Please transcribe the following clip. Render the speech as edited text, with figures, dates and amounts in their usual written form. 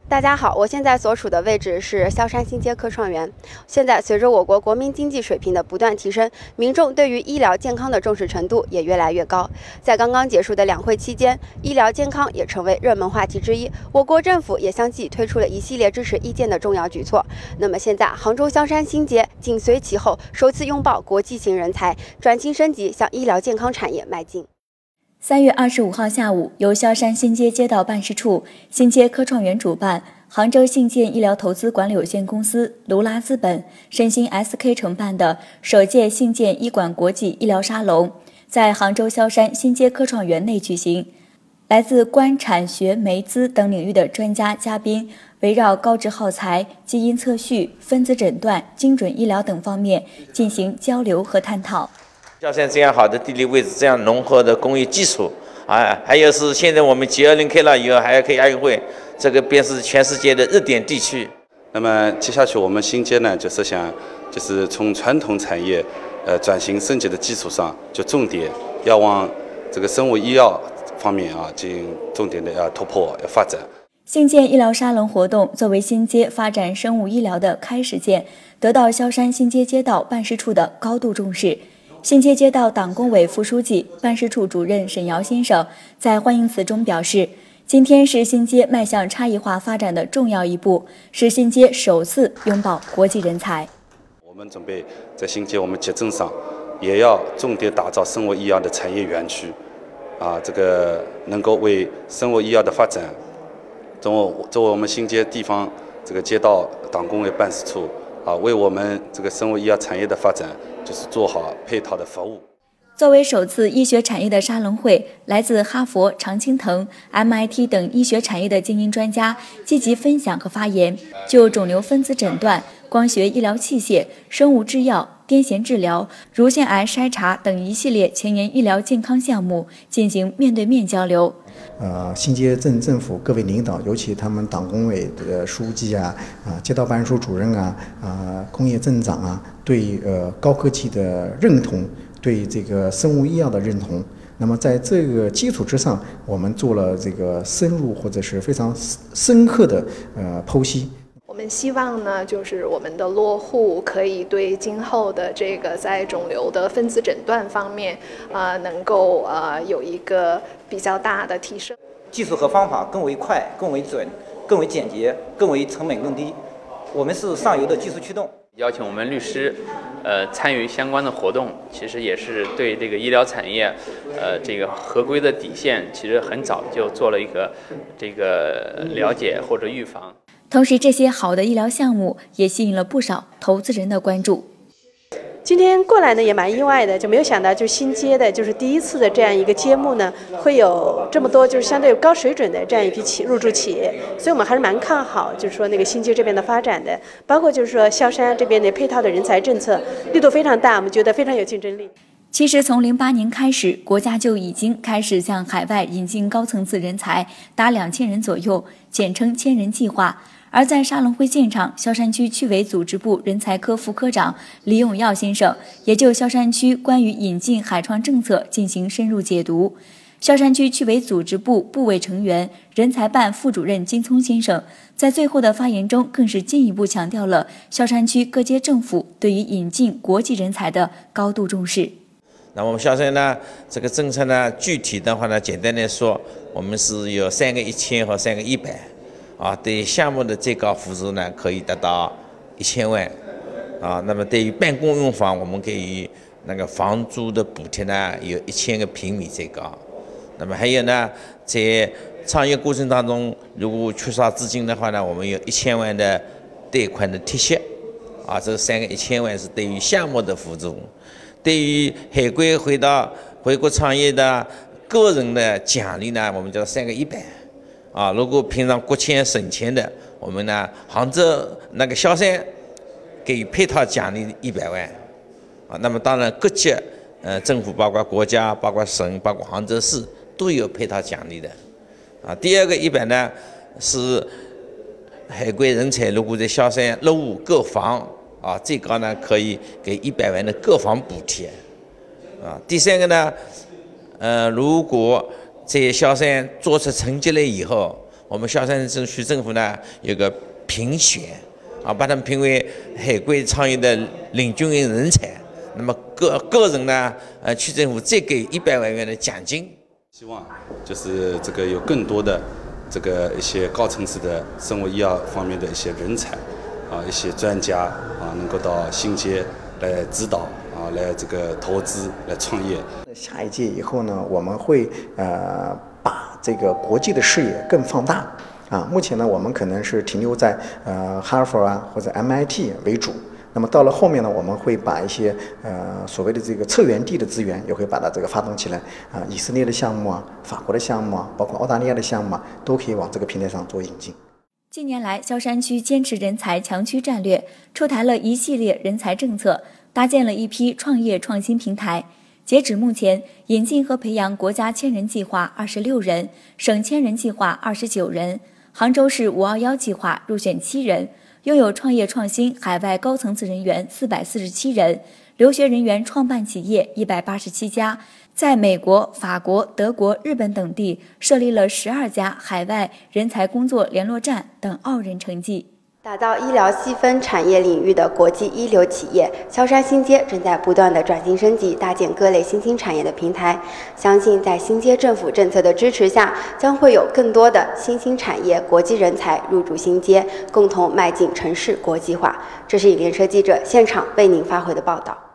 大家好，我现在所处的位置是萧山新街科创园。现在随着我国国民经济水平的不断提升，民众对于医疗健康的重视程度也越来越高。在刚刚结束的两会期间，医疗健康也成为热门话题之一。我国政府也相继推出了一系列支持医健的重要举措。那么现在，杭州萧山新街紧随其后，首次拥抱国际型人才，转型升级，向医疗健康产业迈进。 3月25号下午，由萧山新街街道办事处、新街科创园主办，杭州信建医疗投资管理有限公司、卢拉资本、申鑫 SK 承办的首届信建医管国际医疗沙龙，在杭州萧山新街科创园内举行。来自官产学媒资等领域的专家嘉宾，围绕高值耗材、基因测序、分子诊断、精准医疗等方面进行交流和探讨。 萧山这样好的地理位置，这样浓厚的工业基础还有是现在我们G20开了以后，还要开亚运会，这个便是全世界的热点地区。 那么接下去我们新街呢，就是从传统产业转型升级的基础上，就重点要往这个生物医药方面进行重点的突破发展。 信建医疗沙龙活动作为新街发展生物医疗的开始键，得到萧山新街街道办事处的高度重视。新街街道党工委副书记、办事处主任沈瑶先生在欢迎词中表示，今天是新街迈向差异化发展的重要一步，是新街首次拥抱国际人才。 我们准备在新街我们集镇上，也要重点打造生物医药的产业园区，这个能够为生物医药的发展，作为我们新街地方这个街道党工委办事处为我们这个生物医药产业的发展，就是做好配套的服务。 作为首次医学产业的沙龙会，来自哈佛、常青藤、MIT 等医学产业的精英专家积极分享和发言，就肿瘤分子诊断、光学医疗器械、生物制药、癫痫治疗、乳腺癌筛查等一系列前沿医疗健康项目进行面对面交流。 新街镇政府各位领导，尤其他们党工委的书记街道办事处主任工业镇长对高科技的认同，对这个生物医药的认同。那么在这个基础之上，我们做了这个深入或者是非常深刻的剖析。 我们希望呢，就是我们的落户可以对今后的这个在肿瘤的分子诊断方面，能够有一个比较大的提升。 技术和方法更为快、更为准、更为简洁、更为成本更低。我们是上游的技术驱动。 邀请我们律师，参与相关的活动，其实也是对这个医疗产业，这个合规的底线，其实很早就做了一个这个了解或者预防。 同时，这些好的医疗项目也吸引了不少投资人的关注。 今天过来呢也蛮意外的，就没有想到就新街的就是第一次的这样一个揭幕呢，会有这么多就是相对高水准的这样一批入驻企业，所以我们还是蛮看好，就是说那个新街这边的发展的，包括就是说萧山这边的配套的人才政策力度非常大，我们觉得非常有竞争力。 其实从08年开始，国家就已经开始向海外引进高层次人才，达2000人左右，简称千人计划。而在沙龙会现场，萧山区区委组织部人才科副科长李永耀先生也就萧山区关于引进海创政策进行深入解读。萧山区区委组织部部委成员、人才办副主任金聪先生在最后的发言中，更是进一步强调了萧山区各阶政府对于引进国际人才的高度重视。 那我们萧山呢，这个政策呢，具体的话呢，简单来说，我们是有3个1000和3个100。对项目的最高扶助呢，可以达到1000万那么对于办公用房，我们给予那个房租的补贴呢，有1000个平米最高。那么还有呢，在创业过程当中，如果缺少资金的话呢，我们有1000万的贷款的贴息这3个1000万是对于项目的扶助。对于海归回国创业的个人的奖励呢，我们叫3个100。如果平常国钱省钱的，我们呢杭州那个萧山给予配套奖励100万那么当然各级政府，包括国家、包括省、包括杭州市都有配套奖励的第二个100呢是海归人才如果在萧山落户购房最高呢可以给100万的购房补贴第三个呢如果在萧山做出成绩了以后， 我们萧山区政府呢有个评选，把他们评为海归创业的领军人才。那么个人呢，区政府再给100万元的奖金。 希望就是这个有更多的这个一些高层次的生物医药方面的一些人才一些专家能够到新街来指导来这个投资来创业。 下一届以后呢，我们会把这个国际的视野更放大目前呢，我们可能是停留在哈佛或者 MIT 为主。那么到了后面呢，我们会把一些所谓的这个策源地的资源，也会把它这个发动起来以色列的项目法国的项目包括澳大利亚的项目都可以往这个平台上做引进。 近年来，萧山区坚持人才强区战略，出台了一系列人才政策，搭建了一批创业创新平台。截止目前，引进和培养国家千人计划26人，省千人计划29人，杭州市521计划入选7人。拥有创业创新海外高层次人员447人，留学人员创办企业187家，在美国、法国、德国、日本等地设立了12家海外人才工作联络站等傲人成绩。 打造医疗细分产业领域的国际一流企业，萧山新街正在不断的转型升级，搭建各类新兴产业的平台。相信在新街政府政策的支持下，将会有更多的新兴产业、国际人才入驻新街，共同迈进城市国际化。这是影联社记者现场为您发回的报道。